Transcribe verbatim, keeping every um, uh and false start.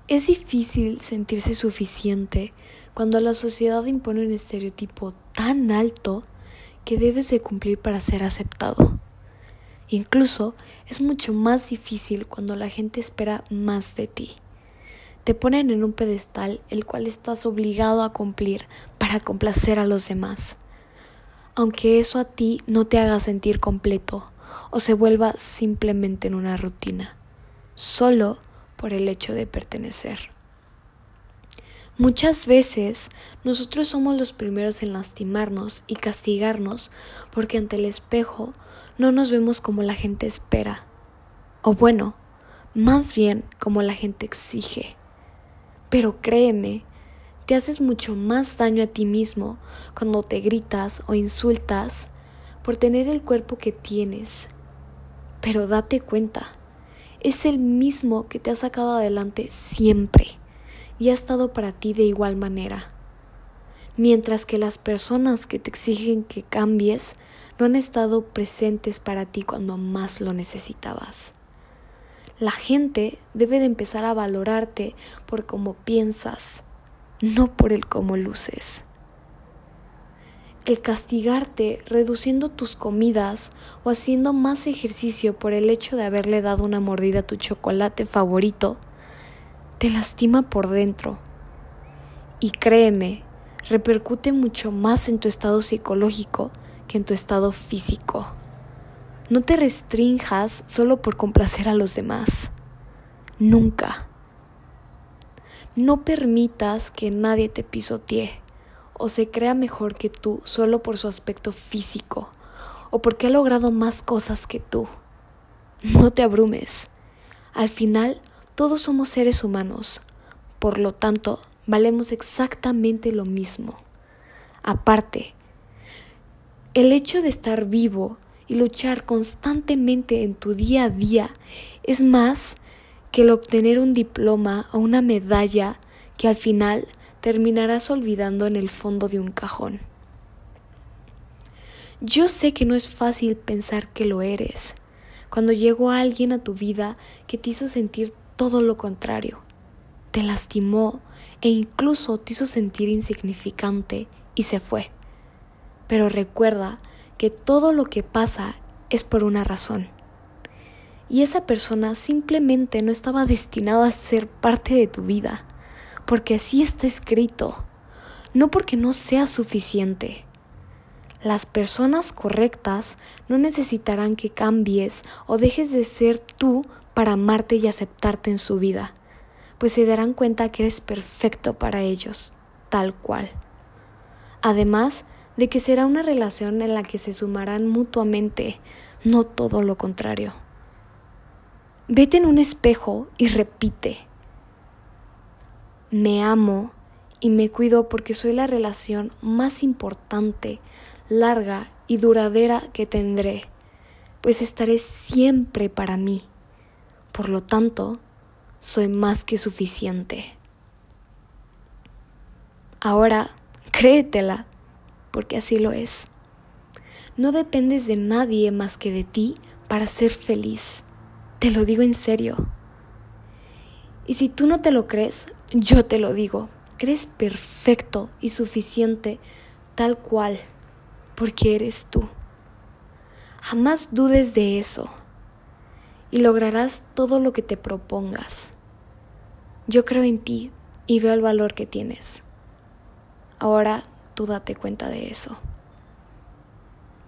Es difícil sentirse suficiente cuando la sociedad impone un estereotipo tan alto que debes de cumplir para ser aceptado. Incluso es mucho más difícil cuando la gente espera más de ti. Te ponen en un pedestal el cual estás obligado a cumplir para complacer a los demás. Aunque eso a ti no te haga sentir completo o se vuelva simplemente en una rutina, solo por el hecho de pertenecer. Muchas veces nosotros somos los primeros en lastimarnos y castigarnos porque ante el espejo no nos vemos como la gente espera, o bueno, más bien como la gente exige. Pero créeme, te haces mucho más daño a ti mismo cuando te gritas o insultas por tener el cuerpo que tienes. Pero date cuenta, es el mismo que te ha sacado adelante siempre y ha estado para ti de igual manera. Mientras que las personas que te exigen que cambies no han estado presentes para ti cuando más lo necesitabas. La gente debe de empezar a valorarte por cómo piensas, no por el cómo luces. El castigarte reduciendo tus comidas o haciendo más ejercicio por el hecho de haberle dado una mordida a tu chocolate favorito, te lastima por dentro. Y créeme, repercute mucho más en tu estado psicológico que en tu estado físico. No te restrinjas solo por complacer a los demás. Nunca. No permitas que nadie te pisotee o se crea mejor que tú solo por su aspecto físico o porque ha logrado más cosas que tú. No te abrumes. Al final, todos somos seres humanos. Por lo tanto, valemos exactamente lo mismo. Aparte, el hecho de estar vivo y luchar constantemente en tu día a día es más que el obtener un diploma o una medalla que al final terminarás olvidando en el fondo de un cajón. Yo sé que no es fácil pensar que lo eres, cuando llegó alguien a tu vida que te hizo sentir todo lo contrario, te lastimó e incluso te hizo sentir insignificante y se fue. Pero recuerda que todo lo que pasa es por una razón. Y esa persona simplemente no estaba destinada a ser parte de tu vida, porque así está escrito, no porque no sea suficiente. Las personas correctas no necesitarán que cambies o dejes de ser tú para amarte y aceptarte en su vida, pues se darán cuenta que eres perfecto para ellos, tal cual. Además de que será una relación en la que se sumarán mutuamente, no todo lo contrario. Vete en un espejo y repite: me amo y me cuido porque soy la relación más importante, larga y duradera que tendré, pues estaré siempre para mí. Por lo tanto, soy más que suficiente. Ahora, créetela, porque así lo es. No dependes de nadie más que de ti para ser feliz. Te lo digo en serio. Y si tú no te lo crees, yo te lo digo. Eres perfecto y suficiente tal cual, porque eres tú. Jamás dudes de eso y lograrás todo lo que te propongas. Yo creo en ti y veo el valor que tienes. Ahora tú date cuenta de eso.